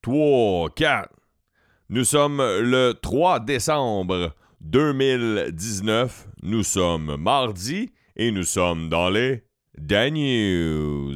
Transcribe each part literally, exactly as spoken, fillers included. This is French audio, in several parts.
trois, quatre. Nous sommes le trois décembre deux mille dix-neuf. Nous sommes mardi et nous sommes dans les Dan News.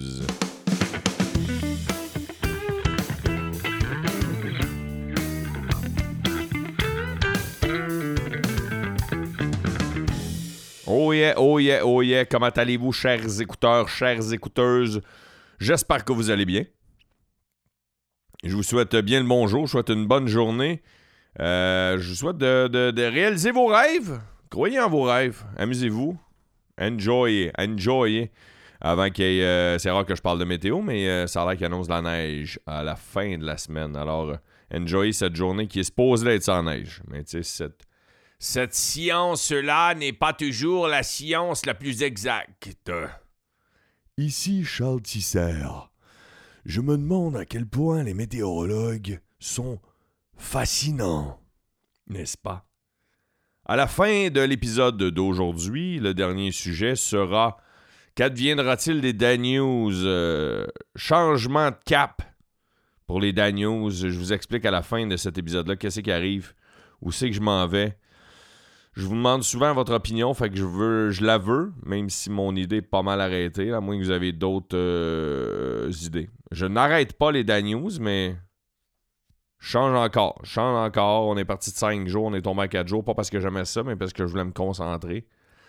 Oh yeah, oh yeah, oh yeah. Comment allez-vous, chers écouteurs, chères écouteuses? J'espère que vous allez bien. Je vous souhaite bien le bonjour, je vous souhaite une bonne journée. Euh, je vous souhaite de, de, de réaliser vos rêves. Croyez en vos rêves. Amusez-vous. Enjoy, enjoy. Avant qu'il y ait... Euh, c'est rare que je parle de météo, mais euh, ça a l'air qu'il annonce de la neige à la fin de la semaine. Alors, euh, enjoy cette journée qui est supposée être sans neige. Mais tu sais, cette, cette science-là n'est pas toujours la science la plus exacte. Ici Charles Tisser. Je me demande à quel point les météorologues sont fascinants, n'est-ce pas? À la fin de l'épisode d'aujourd'hui, le dernier sujet sera « Qu'adviendra-t-il des Dan News? Euh, changement de cap pour les Dan News. Je vous explique à la fin de cet épisode-là qu'est-ce qui arrive, où c'est que je m'en vais. Je vous demande souvent votre opinion, fait que je veux, je la veux, même si mon idée est pas mal arrêtée, à moins que vous avez d'autres euh, idées. Je n'arrête pas les Dan News, mais je change encore. Je change encore. On est parti de cinq jours, on est tombé à quatre jours, pas parce que j'aimais ça, mais parce que je voulais me concentrer.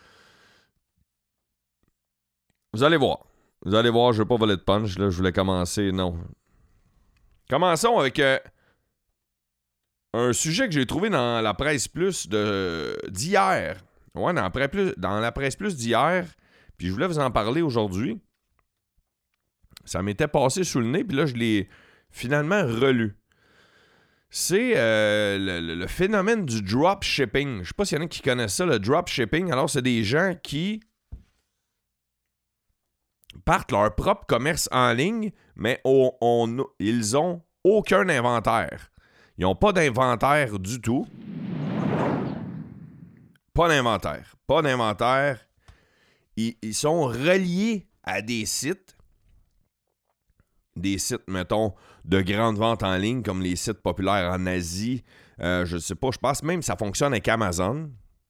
Vous allez voir. Vous allez voir, je ne veux pas voler de punch, là, je voulais commencer, non. Commençons avec... Euh, Un sujet que j'ai trouvé dans la presse plus de, d'hier. Ouais, dans la, presse plus, dans la presse plus d'hier. Puis je voulais vous en parler aujourd'hui. Ça m'était passé sous le nez, puis là, je l'ai finalement relu. C'est euh, le, le phénomène du dropshipping. Je ne sais pas s'il y en a qui connaissent ça, le dropshipping. Alors, c'est des gens qui partent leur propre commerce en ligne, mais on, on, ils ont aucun inventaire. Ils n'ont pas d'inventaire du tout. Pas d'inventaire. Pas d'inventaire. Ils, ils sont reliés à des sites. Des sites, mettons, de grandes ventes en ligne, comme les sites populaires en Asie. Euh, je ne sais pas, je pense même que ça fonctionne avec Amazon.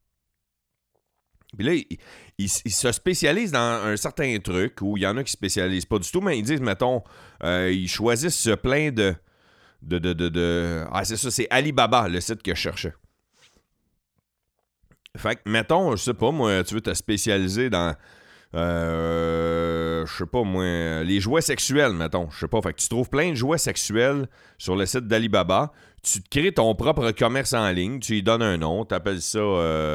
Puis là, ils, ils, ils se spécialisent dans un certain truc, où il y en a qui ne se spécialisent pas du tout, mais ils disent, mettons, euh, ils choisissent plein de... De, de, de, de... Ah, c'est ça, c'est Alibaba, le site que je cherchais. Fait que, mettons, je sais pas, moi, tu veux te spécialiser dans, euh, je sais pas, moi, les jouets sexuels, mettons, je sais pas. Fait que tu trouves plein de jouets sexuels sur le site d'Alibaba. Tu te crées ton propre commerce en ligne, tu lui donnes un nom, tu appelles ça euh,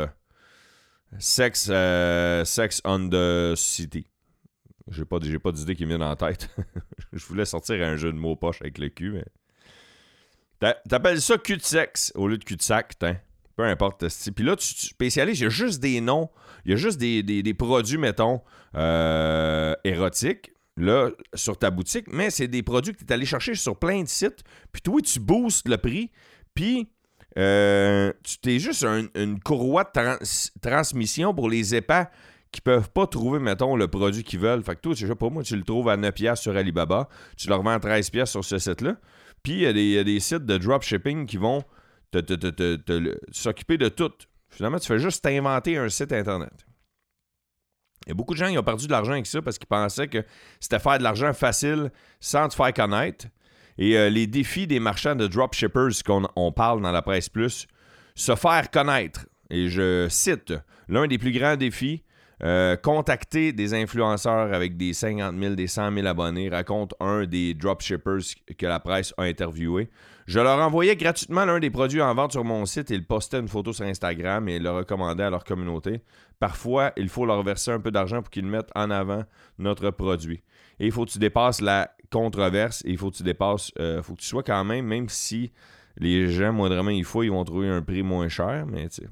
Sex, euh, Sex on the City. J'ai pas, j'ai pas d'idée qui me vient dans la tête. Je voulais sortir un jeu de mots poche avec le cul, mais... T'appelles ça cul-de-sexe au lieu de cul-de-sac, t'in. Peu importe. Puis là, tu, tu spécialises, il y a juste des noms, il y a juste des, des, des produits, mettons, euh, érotiques, là, sur ta boutique, mais c'est des produits que tu es allé chercher sur plein de sites, puis toi, tu boostes le prix, puis euh, tu t'es juste un, une courroie de trans- transmission pour les épais qui peuvent pas trouver, mettons, le produit qu'ils veulent. Fait que toi, je sais pas, moi, tu le trouves à neuf dollars sur Alibaba, tu le revends à treize dollars sur ce site-là. Puis, il y, y a des sites de dropshipping qui vont te, te, te, te, te, te, s'occuper de tout. Finalement, tu fais juste t'inventer un site Internet. Il y a beaucoup de gens qui ont perdu de l'argent avec ça parce qu'ils pensaient que c'était faire de l'argent facile sans te faire connaître. Et euh, les défis des marchands de dropshippers qu'on on parle dans la presse plus, se faire connaître. Et je cite, l'un des plus grands défis, Euh, contacter des influenceurs avec des cinquante mille, des cent mille abonnés, raconte un des dropshippers que la presse a interviewé. Je leur envoyais gratuitement l'un des produits en vente sur mon site et ils postaient une photo sur Instagram et le recommandaient à leur communauté. Parfois, il faut leur verser un peu d'argent pour qu'ils mettent en avant notre produit. Et il faut que tu dépasses la controverse et il faut que tu dépasses, euh, faut que tu sois quand même, même si les gens, moindrement, il faut, ils vont trouver un prix moins cher, mais tu sais,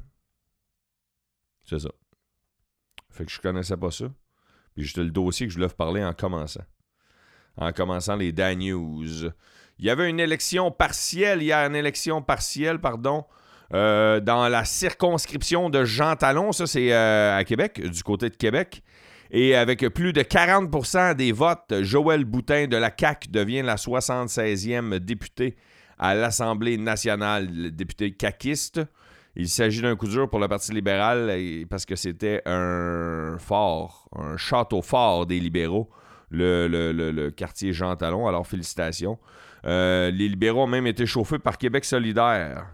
c'est ça. Fait que je connaissais pas ça. Puis c'était le dossier que je voulais vous parler en commençant. En commençant les Dan News. Il y avait une élection partielle, il y a une élection partielle, pardon, euh, dans la circonscription de Jean Talon. Ça, c'est euh, à Québec, du côté de Québec. Et avec plus de quarante pour cent des votes, Joël Boutin de la C A Q devient la soixante-seizième députée à l'Assemblée nationale, le député caquiste. Il s'agit d'un coup dur pour le Parti libéral parce que c'était un fort, un château fort des libéraux, le, le, le, le quartier Jean Talon. Alors, félicitations. Euh, les libéraux ont même été chauffés par Québec solidaire.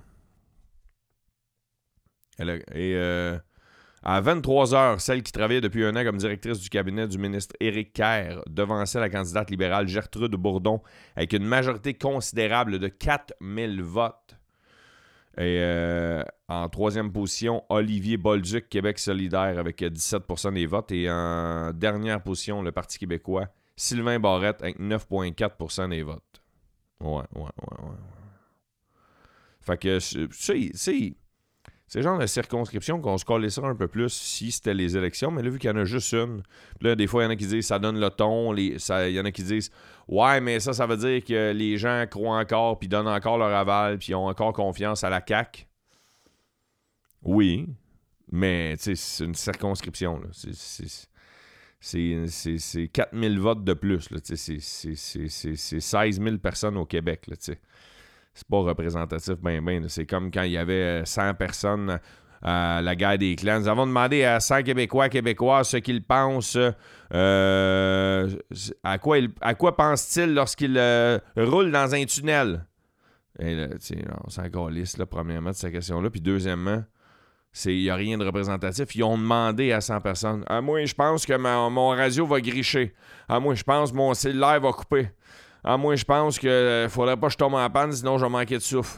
Et euh, à vingt-trois heures, celle qui travaillait depuis un an comme directrice du cabinet du ministre Éric Kerr devançait la candidate libérale Gertrude Bourdon avec une majorité considérable de quatre mille votes. Et euh, en troisième position, Olivier Bolduc, Québec solidaire, avec dix-sept pour cent des votes. Et en dernière position, le Parti québécois, Sylvain Barrette, avec neuf virgule quatre pour cent des votes. Ouais, ouais, ouais, ouais. ouais. Fait que, tu sais, c'est le genre de circonscription qu'on se collerait un peu plus si c'était les élections. Mais là, vu qu'il y en a juste une, là, des fois, il y en a qui disent ça donne le ton. Il y en a qui disent ouais, mais ça, ça veut dire que les gens croient encore, puis donnent encore leur aval, puis ont encore confiance à la C A Q. Oui, mais tu sais, c'est une circonscription. Là. C'est, c'est, c'est, c'est, c'est quatre mille votes de plus. Là. C'est, c'est, c'est, c'est, c'est seize mille personnes au Québec. Là, c'est pas représentatif, ben, ben. C'est comme quand il y avait cent personnes à la guerre des clans. Nous avons demandé à cent Québécois, Québécoises ce qu'ils pensent, euh, à quoi, il, à quoi pensent-ils lorsqu'ils euh, roulent dans un tunnel. Et là, on s'en calisse, là, premièrement, de cette question-là. Puis deuxièmement, il n'y a rien de représentatif. Ils ont demandé à cent personnes. Ah, moi, je pense que ma, mon radio va gricher. Ah, moi, je pense que mon cellulaire va couper. Ah, moi, je pense qu'il ne faudrait pas que je tombe en panne, sinon je vais manquer de souffle.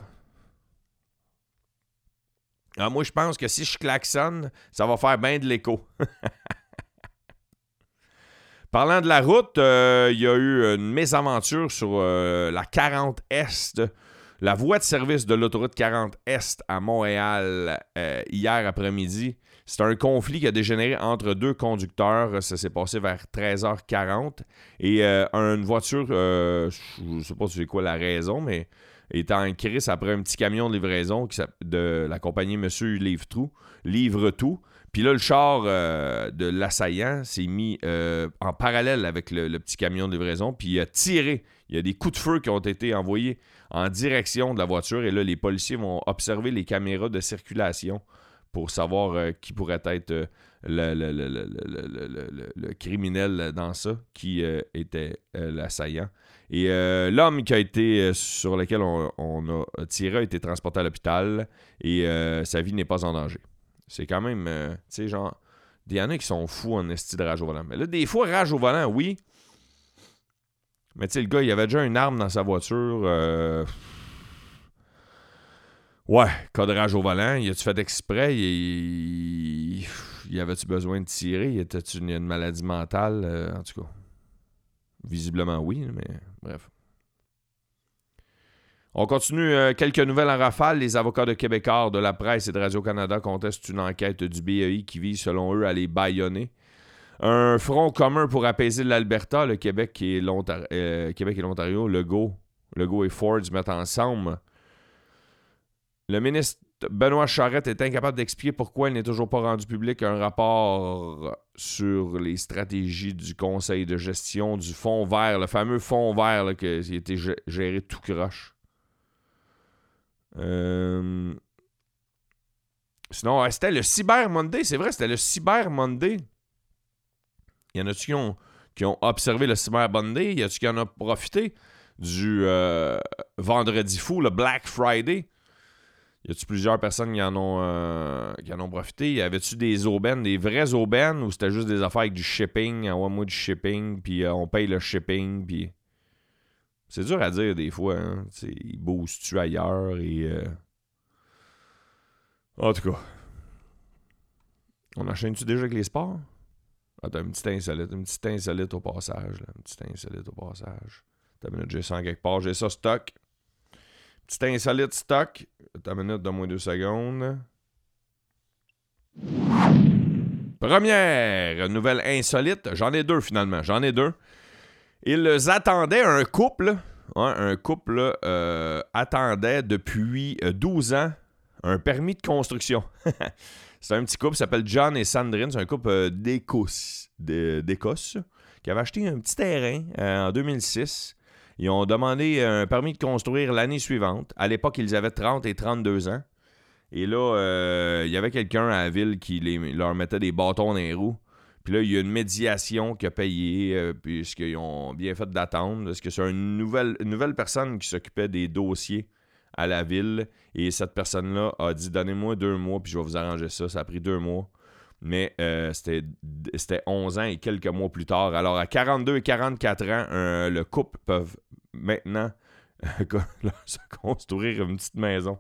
Ah, moi, je pense que si je klaxonne, ça va faire bien de l'écho. Parlant de la route, il euh, y a eu une mésaventure sur euh, la quarante Est, la voie de service de l'autoroute quarante Est à Montréal euh, hier après-midi. C'est un conflit qui a dégénéré entre deux conducteurs. Ça s'est passé vers treize heures quarante. Et euh, une voiture, euh, je ne sais pas si c'est quoi la raison, mais est en crise après un petit camion de livraison qui de la compagnie Monsieur Livre Tout. Livre tout. Puis là, le char euh, de l'assaillant s'est mis euh, en parallèle avec le, le petit camion de livraison, puis il a tiré. Il y a des coups de feu qui ont été envoyés en direction de la voiture. Et là, les policiers vont observer les caméras de circulation pour savoir euh, qui pourrait être euh, le, le, le, le, le, le, le, le criminel dans ça, qui euh, était euh, l'assaillant. Et euh, l'homme qui a été euh, sur lequel on, on a tiré a été transporté à l'hôpital et euh, sa vie n'est pas en danger. C'est quand même, euh, tu sais, genre, il y en a qui sont fous en esti de rage au volant. Mais là, des fois, rage au volant, oui. Mais tu sais, le gars, il avait déjà une arme dans sa voiture. Euh... Ouais, cas de rage au volant. Il a-tu fait exprès? Il, il... il avait-tu besoin de tirer? Il était-tu une, une maladie mentale? Euh, en tout cas, visiblement oui, mais bref. On continue. Euh, quelques nouvelles en rafale. Les avocats de Québécois, de la presse et de Radio-Canada contestent une enquête du B E I qui vise, selon eux, à les bâillonner. Un front commun pour apaiser l'Alberta, le Québec et l'Ontario, euh, Québec et l'Ontario, Legault, Legault et Ford se mettent ensemble. Le ministre Benoît Charette est incapable d'expliquer pourquoi il n'est toujours pas rendu public un rapport sur les stratégies du conseil de gestion du fonds vert, le fameux fonds vert là, qui a été géré tout croche. Euh... Sinon, c'était le Cyber Monday, c'est vrai, c'était le Cyber Monday. Il y en a-tu qui ont, qui ont observé le Cyber Monday? Y a-tu qui en a profité du euh, Vendredi fou, le Black Friday? Y a-tu plusieurs personnes qui en ont, euh, qui en ont profité? Y avait-tu des aubaines, des vraies aubaines, ou c'était juste des affaires avec du shipping, envoie-moi du shipping, puis euh, on paye le shipping, puis... C'est dur à dire des fois, hein? Ils boostent-tu ailleurs, et... Euh... En tout cas. On enchaîne-tu déjà avec les sports? Attends, une petite insolite, une petite insolite au passage, là. Une petite insolite au passage. T'as une minute, j'ai ça en quelque part, j'ai ça stock. Petite insolite stock. T'as une minute, donne-moi deux secondes. Première nouvelle insolite, j'en ai deux finalement, j'en ai deux. Ils attendaient un couple, hein, un couple euh, attendait depuis douze ans un permis de construction. C'est un petit couple qui s'appelle John et Sandrine. C'est un couple euh, d'Écosse, d'Écosse qui avait acheté un petit terrain euh, en deux mille six. Ils ont demandé un permis de construire l'année suivante. À l'époque, ils avaient trente et trente-deux ans. Et là, euh, il y avait quelqu'un à la ville qui les, leur mettait des bâtons dans les roues. Puis là, il y a une médiation qui a payé, euh, puisqu'ils ont bien fait d'attendre. Parce que c'est une nouvelle, une nouvelle personne qui s'occupait des dossiers à la ville. Et cette personne-là a dit « Donnez-moi deux mois, puis je vais vous arranger ça. » Ça a pris deux mois. Mais euh, c'était, c'était onze ans et quelques mois plus tard. Alors, à quarante-deux et quarante-quatre ans, euh, le couple peut maintenant se construire une petite maison.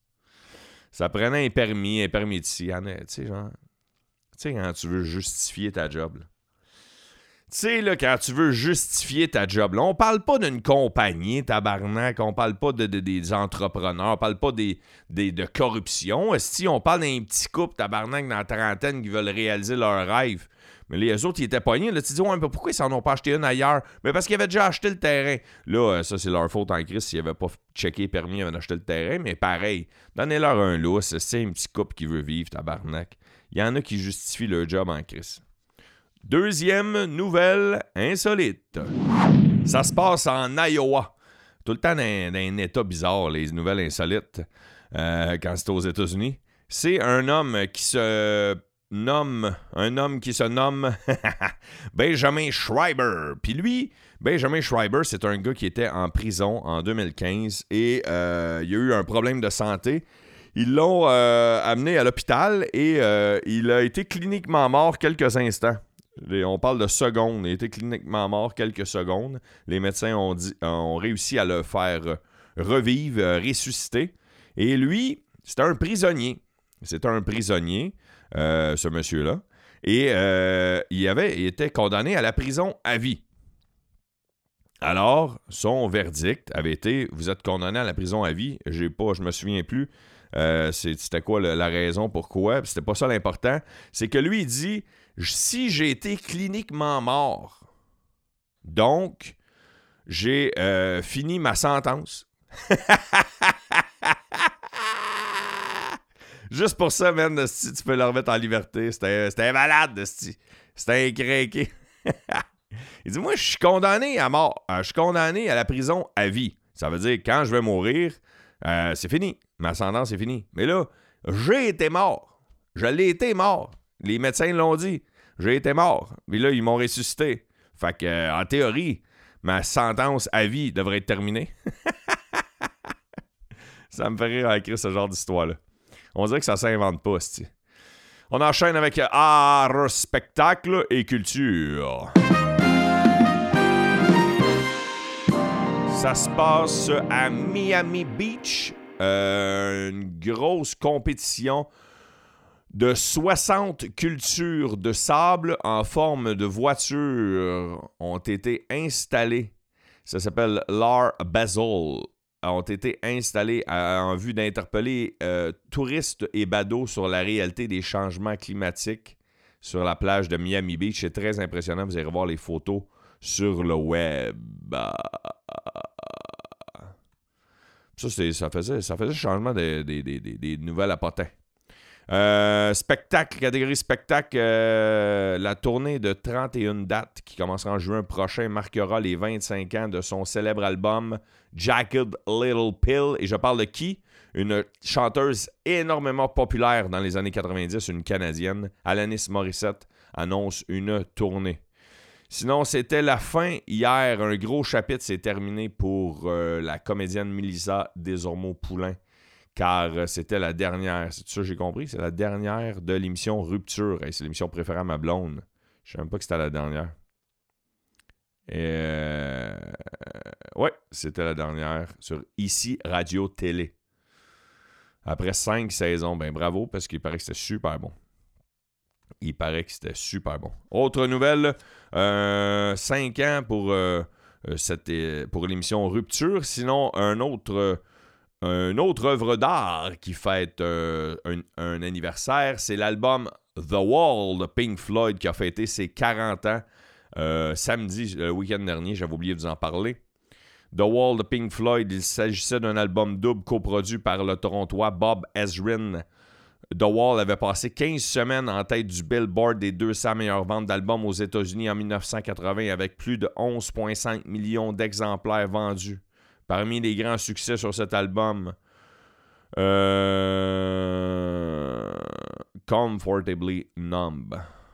Ça prenait un permis, un permis d'ici. Tu sais, genre... Tu sais, quand tu veux justifier ta job. Tu sais, là, quand tu veux justifier ta job, là, on parle pas d'une compagnie, tabarnak, on parle pas de, de, des entrepreneurs, on parle pas des, des, de corruption. Si on parle d'un petit couple, tabarnak, dans la trentaine qui veulent réaliser leur rêve. Mais les autres, ils étaient pognés. Là, tu te dis, ouais, mais pourquoi ils s'en ont pas acheté une ailleurs? Mais parce qu'ils avaient déjà acheté le terrain. Là, ça, c'est leur faute en crise s'ils n'avaient pas checké permis, ils avaient acheté le terrain. Mais pareil, donnez-leur un lousse. C'est un petit couple qui veut vivre, tabarnak. Il y en a qui justifient leur job en crise. Deuxième nouvelle insolite. Ça se passe en Iowa. Tout le temps dans, dans un état bizarre, les nouvelles insolites, euh, quand c'est aux États-Unis. C'est un homme qui se nomme, un homme qui se nomme Benjamin Schreiber. Puis lui, Benjamin Schreiber, c'est un gars qui était en prison en deux mille quinze et euh, il a eu un problème de santé. Ils l'ont euh, amené à l'hôpital et euh, il a été cliniquement mort quelques instants. Et on parle de secondes. Il a été cliniquement mort quelques secondes. Les médecins ont, dit, ont réussi à le faire revivre, ressusciter. Et lui, c'était un prisonnier. C'était un prisonnier, euh, ce monsieur-là. Et euh, il, avait, il était condamné à la prison à vie. Alors, son verdict avait été « Vous êtes condamné à la prison à vie. » J'ai pas, je me souviens plus. Euh, c'était quoi la, la raison pourquoi? C'était pas ça l'important. C'est que lui, il dit « Si j'ai été cliniquement mort, donc j'ai euh, fini ma sentence. » Juste pour ça, man, si tu peux le remettre en liberté. C'était, c'était un malade, c'était un craqué. Il dit « Moi, je suis condamné à mort. Je suis condamné à la prison à vie. Ça veut dire que quand je vais mourir, euh, c'est fini. Ma sentence est finie. Mais là, j'ai été mort. Je l'ai été mort. Les médecins l'ont dit. J'ai été mort. Mais là, ils m'ont ressuscité. Fait que, euh, en théorie, ma sentence à vie devrait être terminée. » Ça me fait rire à écrire ce genre d'histoire-là. On dirait que ça s'invente pas, c'ti. On enchaîne avec art, spectacle et culture. Ça se passe à Miami Beach. Euh, une grosse compétition de soixante cultures de sable en forme de voiture ont été installées. Ça s'appelle l'Art Basel. Ont été installés à, en vue d'interpeller euh, touristes et badauds sur la réalité des changements climatiques sur la plage de Miami Beach. C'est très impressionnant. Vous allez voir les photos sur le web. Ça, c'est, ça faisait ça faisait changement des, des, des, des nouvelles à potin. Euh, spectacle, catégorie spectacle, euh, la tournée de trente et une dates qui commencera en juin prochain marquera les vingt-cinq ans de son célèbre album Jagged Little Pill. Et je parle de qui? Une chanteuse énormément populaire dans les années quatre-vingt-dix, une Canadienne, Alanis Morissette, annonce une tournée. Sinon, c'était la fin hier. Un gros chapitre s'est terminé pour euh, la comédienne Mélissa Desormeaux-Poulain. Car c'était la dernière, c'est ça que j'ai compris, c'est la dernière de l'émission Rupture. Hey, c'est l'émission préférée à ma blonde. Je ne savais même pas que c'était la dernière. Et euh... ouais, c'était la dernière sur Ici Radio-Télé. Après cinq saisons, ben bravo, parce qu'il paraît que c'était super bon. Il paraît que c'était super bon. Autre nouvelle, euh, cinq ans pour, euh, cette, pour l'émission Rupture. Sinon, un autre... Une autre œuvre d'art qui fête euh, un, un anniversaire, c'est l'album The Wall de Pink Floyd qui a fêté ses quarante ans euh, samedi, le week-end dernier, j'avais oublié de vous en parler. The Wall de Pink Floyd, il s'agissait d'un album double coproduit par le Torontois Bob Ezrin, The Wall avait passé quinze semaines en tête du Billboard des deux cents meilleures ventes d'albums aux États-Unis en dix-neuf cent quatre-vingts avec plus de onze virgule cinq millions d'exemplaires vendus. Parmi les grands succès sur cet album, euh... Comfortably Numb.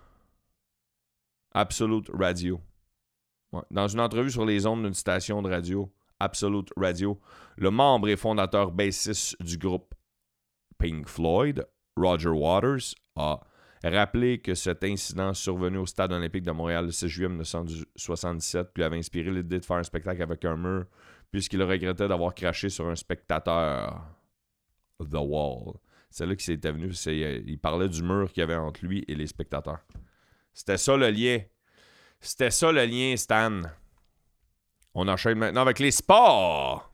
Absolute Radio. Ouais. Dans une entrevue sur les ondes d'une station de radio, Absolute Radio, le membre et fondateur bassiste du groupe Pink Floyd, Roger Waters, a rappelé que cet incident survenu au Stade olympique de Montréal le six juillet dix-neuf cent soixante-dix-sept lui avait inspiré l'idée de faire un spectacle avec un mur, puisqu'il regrettait d'avoir craché sur un spectateur. The Wall. C'est là qu'il s'était venu. C'est, il parlait du mur qu'il y avait entre lui et les spectateurs. C'était ça le lien. C'était ça le lien, Stan. On enchaîne maintenant avec les sports.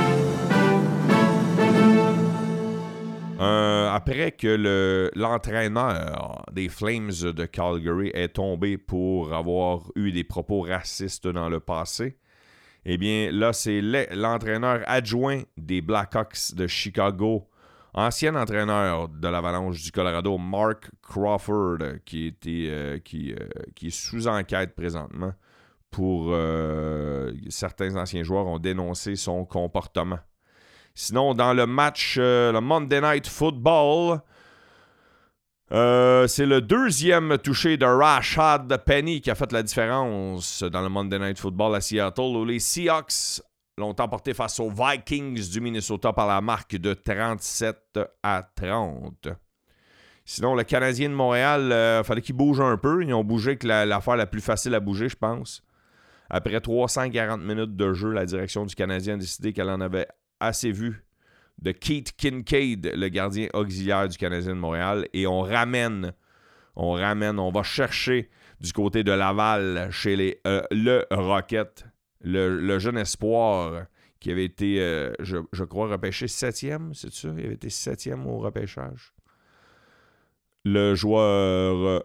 Euh, après que le, l'entraîneur des Flames de Calgary est tombé pour avoir eu des propos racistes dans le passé, eh bien là, c'est l'entraîneur adjoint des Blackhawks de Chicago, ancien entraîneur de l'Avalanche du Colorado, Mark Crawford, qui, était, euh, qui, euh, qui est sous enquête présentement pour... Euh, certains anciens joueurs ont dénoncé son comportement. Sinon, dans le match, euh, le Monday Night Football, euh, c'est le deuxième touché de Rashad Penny qui a fait la différence dans le Monday Night Football à Seattle, où les Seahawks l'ont emporté face aux Vikings du Minnesota par la marque de trente-sept à trente. Sinon, le Canadien de Montréal, il euh, fallait qu'ils bougent un peu. Ils ont bougé avec la, l'affaire la plus facile à bouger, je pense. Après trois cent quarante minutes de jeu, la direction du Canadien a décidé qu'elle en avait assez vu de Keith Kincaid, le gardien auxiliaire du Canadien de Montréal, et on ramène, on ramène, on va chercher du côté de Laval chez les, euh, le Rocket, le, le jeune espoir qui avait été, euh, je, je crois, repêché septième, c'est ça? Il avait été septième au repêchage. Le joueur euh,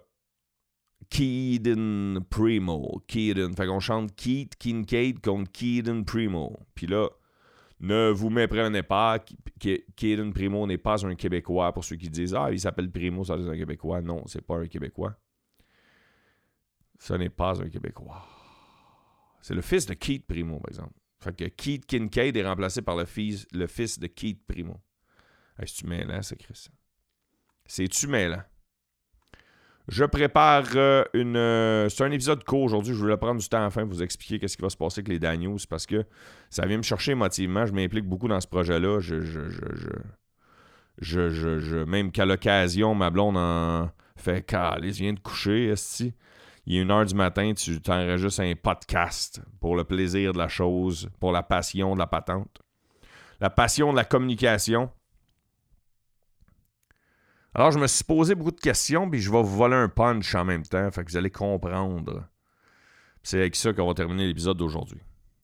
Keaton Primo. Keaton. Fait qu'on chante Keith Kincaid contre Keaton Primo. Puis là, ne vous méprenez pas, Keaton Primo n'est pas un Québécois. Pour ceux qui disent « Ah, il s'appelle Primo, ça c'est un Québécois. » Non, c'est pas un Québécois. Ce n'est pas un Québécois. C'est le fils de Keith Primo, par exemple. Fait que Keith Kincaid est remplacé par le fils, le fils de Keith Primo. Hey, c'est-tu mêlant, ça, Chris? C'est-tu mêlant? Je prépare euh, une... Euh, c'est un épisode court aujourd'hui. Je voulais prendre du temps enfin pour vous expliquer qu'est-ce qui va se passer avec les Daniels parce que ça vient me chercher émotivement. Je m'implique beaucoup dans ce projet-là. Je, je, je, je, je, je, je même qu'à l'occasion, ma blonde en fait « Calisse, viens de coucher, esti. » Il est une heure du matin, tu t'enregistres un podcast pour le plaisir de la chose, pour la passion de la patente. La passion de la communication. Alors, je me suis posé beaucoup de questions, puis je vais vous voler un punch en même temps, fait que vous allez comprendre. C'est avec ça qu'on va terminer l'épisode d'aujourd'hui.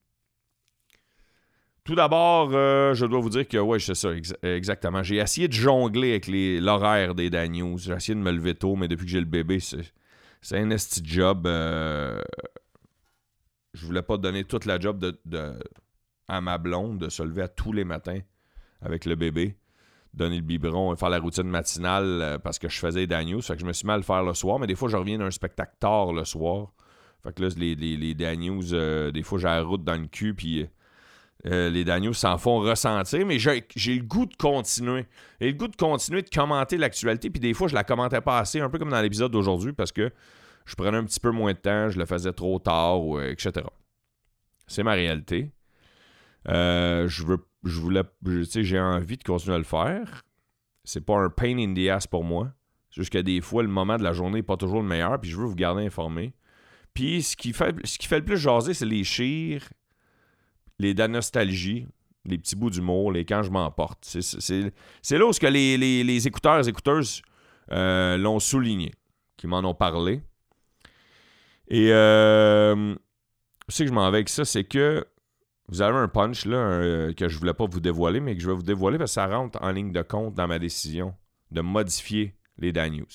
Tout d'abord, euh, je dois vous dire que, ouais, c'est ça, ex- exactement. J'ai essayé de jongler avec les, l'horaire des Dan News. J'ai essayé de me lever tôt, mais depuis que j'ai le bébé, c'est, c'est un esti job. Euh, je voulais pas donner toute la job de, de, à ma blonde de se lever à tous les matins avec le bébé. Donner le biberon et faire la routine matinale euh, parce que je faisais Dan News. Fait que je me suis mis à le faire le soir, mais des fois, je reviens d'un spectacle tard le soir. Fait que là, les, les, les Dan News, euh, des fois, j'ai la route dans le cul, puis euh, les Dan News s'en font ressentir, mais j'ai, j'ai le goût de continuer. J'ai le goût de continuer de commenter l'actualité, puis des fois, je la commentais pas assez, un peu comme dans l'épisode d'aujourd'hui, parce que je prenais un petit peu moins de temps, je le faisais trop tard, ou, et cetera. C'est ma réalité. Euh, je veux Je voulais, tu sais, j'ai envie de continuer à le faire. C'est pas un pain in the ass pour moi. C'est juste que des fois, le moment de la journée n'est pas toujours le meilleur, puis je veux vous garder informé. Puis ce qui fait, ce qui fait le plus jaser, c'est les chires, les de nostalgie, les petits bouts d'humour, les quand je m'emporte. C'est, c'est, c'est là où ce que les, les, les écouteurs et écouteuses euh, l'ont souligné, qui m'en ont parlé. Et euh, ce que je m'en vais avec ça, c'est que vous avez un punch là euh, que je voulais pas vous dévoiler, mais que je vais vous dévoiler parce que ça rentre en ligne de compte dans ma décision de modifier les Dan News.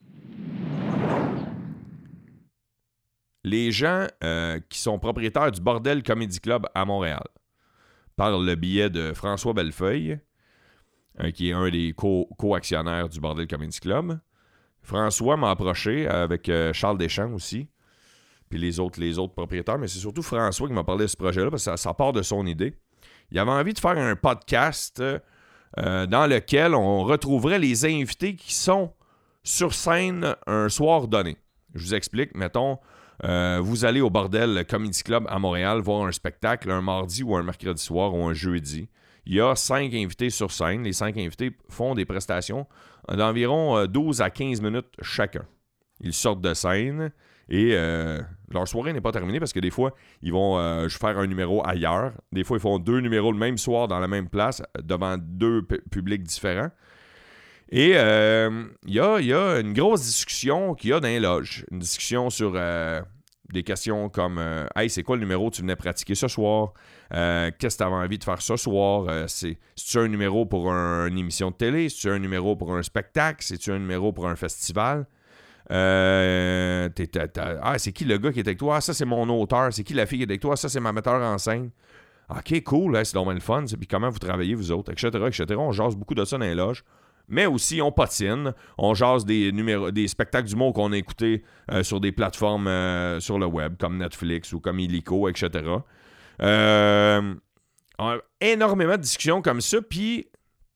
Les gens euh, qui sont propriétaires du Bordel Comedy Club à Montréal, par le biais de François Bellefeuille, euh, qui est un des co- co-actionnaires du Bordel Comedy Club. François m'a approché avec euh, Charles Deschamps aussi, puis les autres, les autres propriétaires, mais c'est surtout François qui m'a parlé de ce projet-là, parce que ça, ça part de son idée. Il avait envie de faire un podcast euh, dans lequel on retrouverait les invités qui sont sur scène un soir donné. Je vous explique, mettons, euh, vous allez au Bordel Comedy Club à Montréal voir un spectacle un mardi ou un mercredi soir ou un jeudi. Il y a cinq invités sur scène. Les cinq invités font des prestations d'environ douze à quinze minutes chacun. Ils sortent de scène et euh, leur soirée n'est pas terminée parce que des fois, ils vont euh, faire un numéro ailleurs. Des fois, ils font deux numéros le même soir dans la même place devant deux p- publics différents. Et il euh, y, a, y a une grosse discussion qu'il y a dans les loges. Une discussion sur euh, des questions comme euh, « Hey, c'est quoi le numéro que tu venais pratiquer ce soir? Euh, qu'est-ce que tu avais envie de faire ce soir? Euh, c'est, c'est-tu un numéro pour un, une émission de télé? C'est-tu un numéro pour un spectacle? C'est-tu un numéro pour un festival? Euh, t'es, t'es, t'es, ah, c'est qui le gars qui est avec toi? Ah, ça, c'est mon auteur. C'est qui la fille qui est avec toi? Ah, ça, c'est ma metteur en scène. OK, cool, hein, c'est donc bien le fun. Puis comment vous travaillez, vous autres, et cetera, et cetera. On jase beaucoup de ça dans les loges. Mais aussi, on patine. On jase des, numéros, des spectacles d'humour qu'on a écoutés euh, sur des plateformes euh, sur le web, comme Netflix ou comme Illico, et cetera. Euh, on a énormément de discussions comme ça. Puis,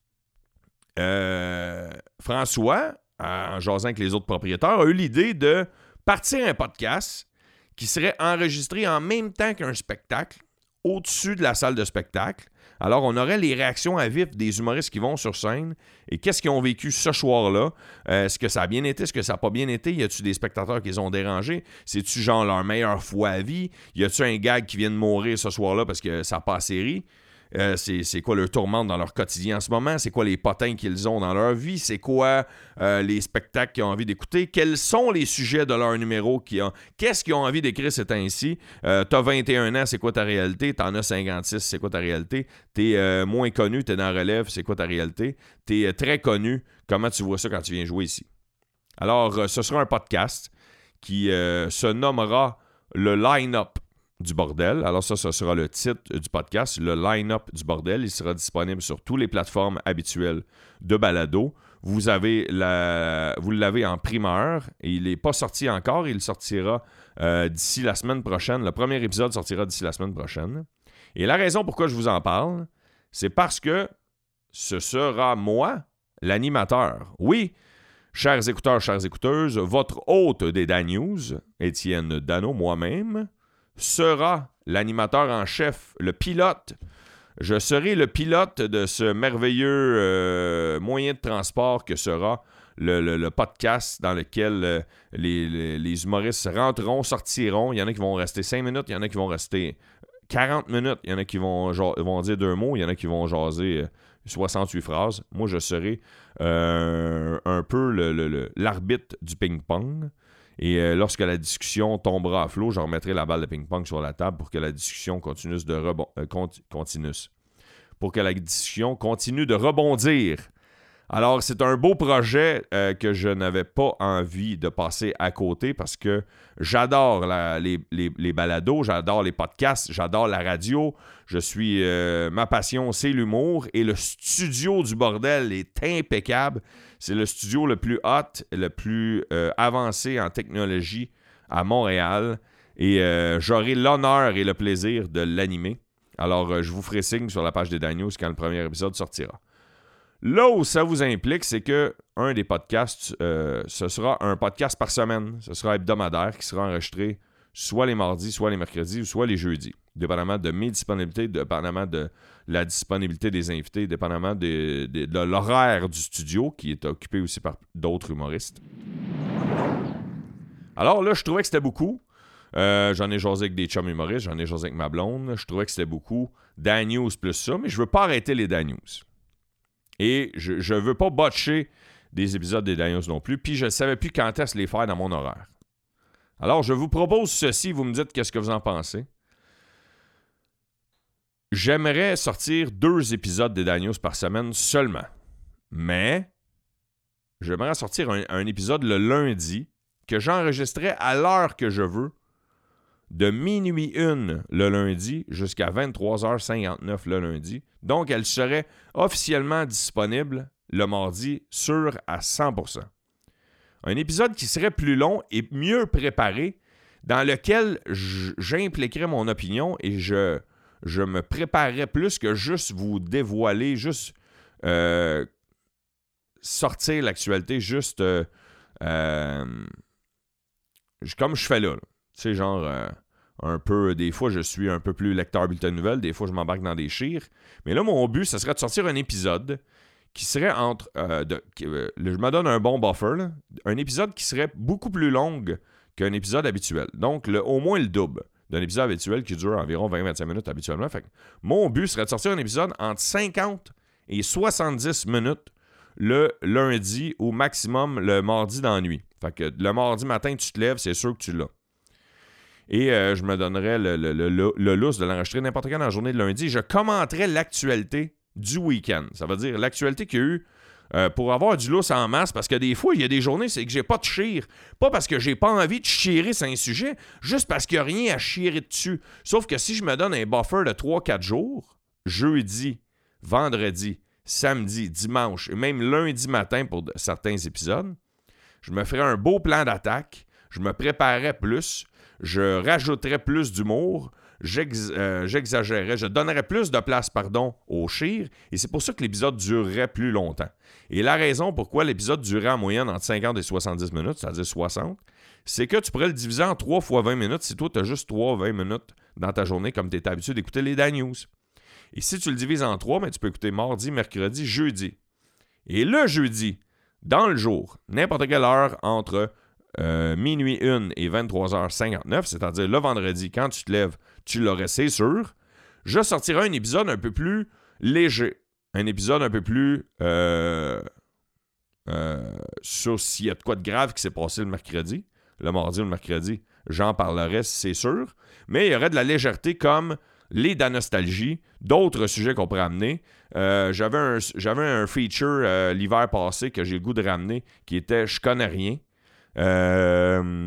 euh, François, en jasant avec les autres propriétaires, a eu l'idée de partir un podcast qui serait enregistré en même temps qu'un spectacle au-dessus de la salle de spectacle. Alors, on aurait les réactions à vif des humoristes qui vont sur scène et qu'est-ce qu'ils ont vécu ce soir-là. Euh, est-ce que ça a bien été? Est-ce que ça n'a pas bien été? Y a-tu des spectateurs qui les ont dérangés? C'est-tu genre leur meilleure fois à vie? Y a-tu un gag qui vient de mourir ce soir-là parce que ça n'a pas assez ri? Euh, c'est, c'est quoi leur tourmente dans leur quotidien en ce moment? C'est quoi les potins qu'ils ont dans leur vie? C'est quoi euh, les spectacles qu'ils ont envie d'écouter? Quels sont les sujets de leur numéro? Qui ont... Qu'est-ce qu'ils ont envie d'écrire ces temps-ci? Euh, t'as vingt et un ans, c'est quoi ta réalité? T'en as cinquante-six, c'est quoi ta réalité? T'es euh, moins connu, t'es dans la relève, c'est quoi ta réalité? T'es euh, très connu, comment tu vois ça quand tu viens jouer ici? Alors, euh, ce sera un podcast qui euh, se nommera le line-up du Bordel. Alors ça, ce sera le titre du podcast, le line-up du Bordel. Il sera disponible sur toutes les plateformes habituelles de balado. Vous avez la, vous l'avez en primeur et il n'est pas sorti encore. Il sortira euh, d'ici la semaine prochaine. Le premier épisode sortira d'ici la semaine prochaine. Et la raison pourquoi je vous en parle, c'est parce que ce sera moi, l'animateur. Oui, chers écouteurs, chères écouteuses, votre hôte des Dan News, Étienne Dano, moi-même, sera l'animateur en chef, le pilote. Je serai le pilote de ce merveilleux euh, moyen de transport que sera le, le, le podcast dans lequel euh, les, les, les humoristes rentreront, sortiront. Il y en a qui vont rester cinq minutes, il y en a qui vont rester quarante minutes, il y en a qui vont, vont dire deux mots, il y en a qui vont jaser soixante-huit phrases. Moi, je serai euh, un peu le, le, le, l'arbitre du ping-pong. Et euh, lorsque la discussion tombera à flot, je remettrai la balle de ping-pong sur la table pour que la discussion continue de, rebon- euh, conti- continue. Pour que la discussion continue de rebondir. Alors, c'est un beau projet euh, que je n'avais pas envie de passer à côté parce que j'adore la, les, les, les balados, j'adore les podcasts, j'adore la radio. Je suis, euh, ma passion, c'est l'humour et le studio du Bordel est impeccable. C'est le studio le plus hot, le plus euh, avancé en technologie à Montréal et euh, j'aurai l'honneur et le plaisir de l'animer. Alors, euh, je vous ferai signe sur la page des Dan News quand le premier épisode sortira. Là où ça vous implique, c'est que un des podcasts, euh, ce sera un podcast par semaine. Ce sera hebdomadaire qui sera enregistré soit les mardis, soit les mercredis, ou soit les jeudis. Dépendamment de mes disponibilités, dépendamment de la disponibilité des invités, dépendamment de, de, de l'horaire du studio qui est occupé aussi par d'autres humoristes. Alors là, je trouvais que c'était beaucoup. Euh, j'en ai jasé avec des chums humoristes, j'en ai jasé avec ma blonde. Je trouvais que c'était beaucoup. Dan News plus ça, mais je veux pas arrêter les Dan News. Et je ne veux pas botcher des épisodes des Dan News non plus, puis je ne savais plus quand est-ce les faire dans mon horaire. Alors, je vous propose ceci, vous me dites qu'est-ce que vous en pensez. J'aimerais sortir deux épisodes des Dan News par semaine seulement. Mais, j'aimerais sortir un, un épisode le lundi que j'enregistrais à l'heure que je veux de minuit une le lundi jusqu'à vingt-trois heures cinquante-neuf le lundi. Donc, elle serait officiellement disponible le mardi, sûr à cent pour cent. Un épisode qui serait plus long et mieux préparé, dans lequel j'impliquerais mon opinion et je, je me préparerais plus que juste vous dévoiler, juste euh, sortir l'actualité, juste euh, euh, comme je fais là. là. Tu sais, genre, euh, un peu, des fois, je suis un peu plus lecteur bulletin de nouvelles, des fois, je m'embarque dans des chires. Mais là, mon but, ce serait de sortir un épisode qui serait entre... Euh, de, qui, euh, je me donne un bon buffer, là, un épisode qui serait beaucoup plus long qu'un épisode habituel. Donc, le, au moins le double d'un épisode habituel qui dure environ vingt à vingt-cinq minutes habituellement. Fait que mon but serait de sortir un épisode entre cinquante et soixante-dix minutes le lundi ou maximum le mardi dans la nuit. Fait que le mardi matin, tu te lèves, c'est sûr que tu l'as. Et euh, je me donnerais le, le, le, le, le lousse de l'enregistrer n'importe quand dans la journée de lundi. Je commenterais l'actualité du week-end. Ça veut dire l'actualité qu'il y a eu euh, pour avoir du lousse en masse, parce que des fois, il y a des journées, c'est que j'ai pas de chire. Pas parce que j'ai pas envie de chirer sur un sujet, juste parce qu'il n'y a rien à chirer dessus. Sauf que si je me donne un buffer de trois à quatre jours, jeudi, vendredi, samedi, dimanche, et même lundi matin pour de, certains épisodes, je me ferais un beau plan d'attaque, je me préparerais plus, je rajouterais plus d'humour, j'ex- euh, j'exagérerais, je donnerais plus de place, pardon, au chire, et c'est pour ça que l'épisode durerait plus longtemps. Et la raison pourquoi l'épisode durerait en moyenne entre cinquante et soixante-dix minutes, c'est-à-dire soixante, c'est que tu pourrais le diviser en trois fois vingt minutes si toi, tu as juste trois vingt minutes dans ta journée comme tu es habitué d'écouter les Dan News. Et si tu le divises en trois, ben, tu peux écouter mardi, mercredi, jeudi. Et le jeudi, dans le jour, n'importe quelle heure entre euh, minuit une et vingt-trois heures cinquante-neuf, c'est-à-dire le vendredi, quand tu te lèves, tu l'aurais, c'est sûr, je sortirai un épisode un peu plus léger. Un épisode un peu plus euh, euh, sur s'il y a de quoi de grave qui s'est passé le mercredi. Le mardi ou le mercredi, j'en parlerai, c'est sûr. Mais il y aurait de la légèreté comme les danostalgies, d'autres sujets qu'on pourrait amener. Euh, j'avais, un, j'avais un feature euh, l'hiver passé que j'ai le goût de ramener qui était « Je connais rien euh, »,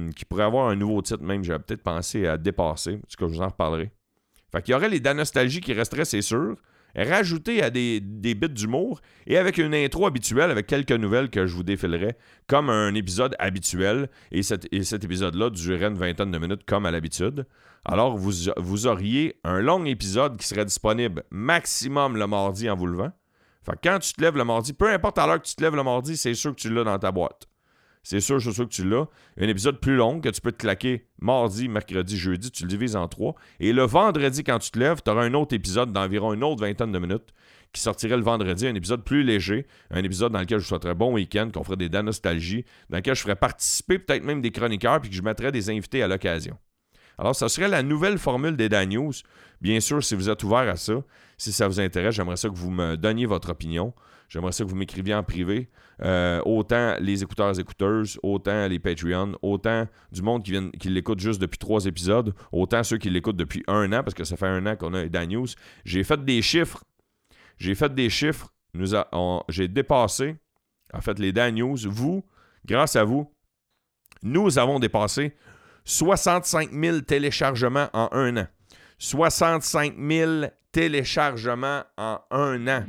qui pourrait avoir un nouveau titre même. J'avais peut-être pensé à dépasser. En tout cas, je vous en reparlerai. Fait qu'il y aurait les danostalgies qui resteraient, c'est sûr, rajoutées à des, des bits d'humour et avec une intro habituelle avec quelques nouvelles que je vous défilerai comme un épisode habituel. Et, cet, et cet épisode-là durerait une vingtaine de minutes comme à l'habitude. Alors, vous, vous auriez un long épisode qui serait disponible maximum le mardi en vous levant. Fait que quand tu te lèves le mardi, peu importe à l'heure que tu te lèves le mardi, c'est sûr que tu l'as dans ta boîte. C'est sûr, c'est sûr que tu l'as. Un épisode plus long que tu peux te claquer mardi, mercredi, jeudi, tu le divises en trois. Et le vendredi, quand tu te lèves, tu auras un autre épisode d'environ une autre vingtaine de minutes qui sortirait le vendredi, un épisode plus léger, un épisode dans lequel je vous souhaiterais bon week-end, qu'on ferait des danostalgies, dans lequel je ferais participer peut-être même des chroniqueurs puis que je mettrais des invités à l'occasion. Alors, ça serait la nouvelle formule des Dan News. Bien sûr, si vous êtes ouvert à ça, si ça vous intéresse, j'aimerais ça que vous me donniez votre opinion. J'aimerais ça que vous m'écriviez en privé. Euh, autant les écouteurs et écouteuses, autant les Patreons, autant du monde qui, vient, qui l'écoute juste depuis trois épisodes, autant ceux qui l'écoutent depuis un an, parce que ça fait un an qu'on a les Dan News. J'ai fait des chiffres. J'ai fait des chiffres. Nous a, on, j'ai dépassé, en fait, les Dan News. Vous, grâce à vous, nous avons dépassé soixante-cinq mille téléchargements en un an. soixante-cinq mille téléchargements en un an.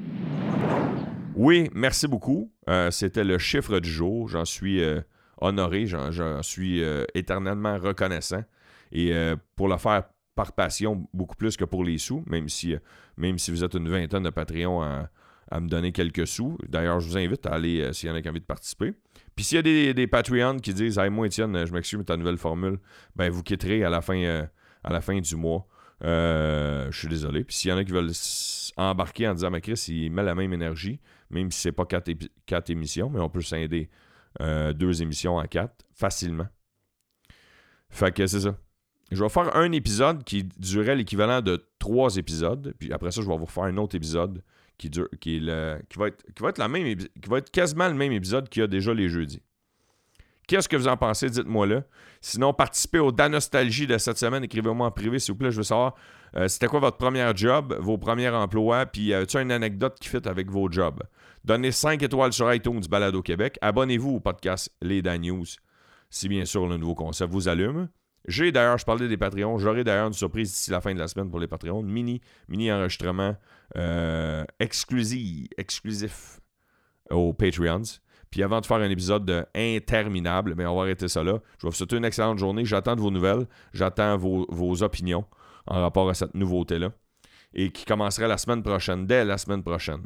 Oui, merci beaucoup. Euh, c'était le chiffre du jour. J'en suis euh, honoré. J'en, j'en suis euh, éternellement reconnaissant. Et euh, pour le faire par passion, beaucoup plus que pour les sous, même si, euh, même si vous êtes une vingtaine de Patreons à, à me donner quelques sous. D'ailleurs, je vous invite à aller, euh, s'il y en a qui ont envie de participer. Puis s'il y a des, des Patreons qui disent « Hey, moi, Étienne, je m'excuse, mais ta nouvelle formule, ben vous quitterez à la fin, euh, à la fin du mois. Euh, je suis désolé. » Puis s'il y en a qui veulent embarquer en disant « Mais Chris, il met la même énergie, même si c'est pas quatre, épi- quatre émissions, mais on peut scinder euh, deux émissions en quatre facilement. » Fait que c'est ça. Je vais faire un épisode qui durait l'équivalent de trois épisodes. Puis après ça, je vais vous refaire un autre épisode qui, dure, qui, est le, qui, va, être, qui, va être la même, qui va être quasiment le même épisode qu'il y a déjà les jeudis. Qu'est-ce que vous en pensez? Dites-moi là. Sinon, participez au Danostalgie de cette semaine. Écrivez-moi en privé, s'il vous plaît. Je veux savoir, euh, c'était quoi votre premier job, vos premiers emplois, puis euh, as-tu une anecdote qui fit avec vos jobs? Donnez cinq étoiles sur iTunes du Balado Québec. Abonnez-vous au podcast Les Dan News, si bien sûr le nouveau concept vous allume. J'ai d'ailleurs, je parlais des Patreons, j'aurai d'ailleurs une surprise d'ici la fin de la semaine pour les Patreons. Mini, mini enregistrement euh, exclusif, exclusif aux Patreons. Puis avant de faire un épisode de interminable, mais on va arrêter ça là. Je vais vous souhaiter une excellente journée. J'attends de vos nouvelles. J'attends vos, vos opinions en rapport à cette nouveauté-là. Et qui commencerait la semaine prochaine, dès la semaine prochaine.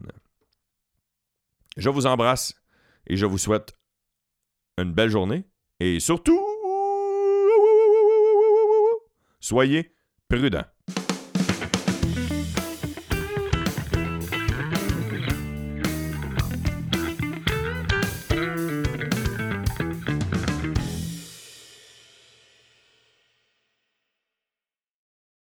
Je vous embrasse et je vous souhaite une belle journée. Et surtout, soyez prudents.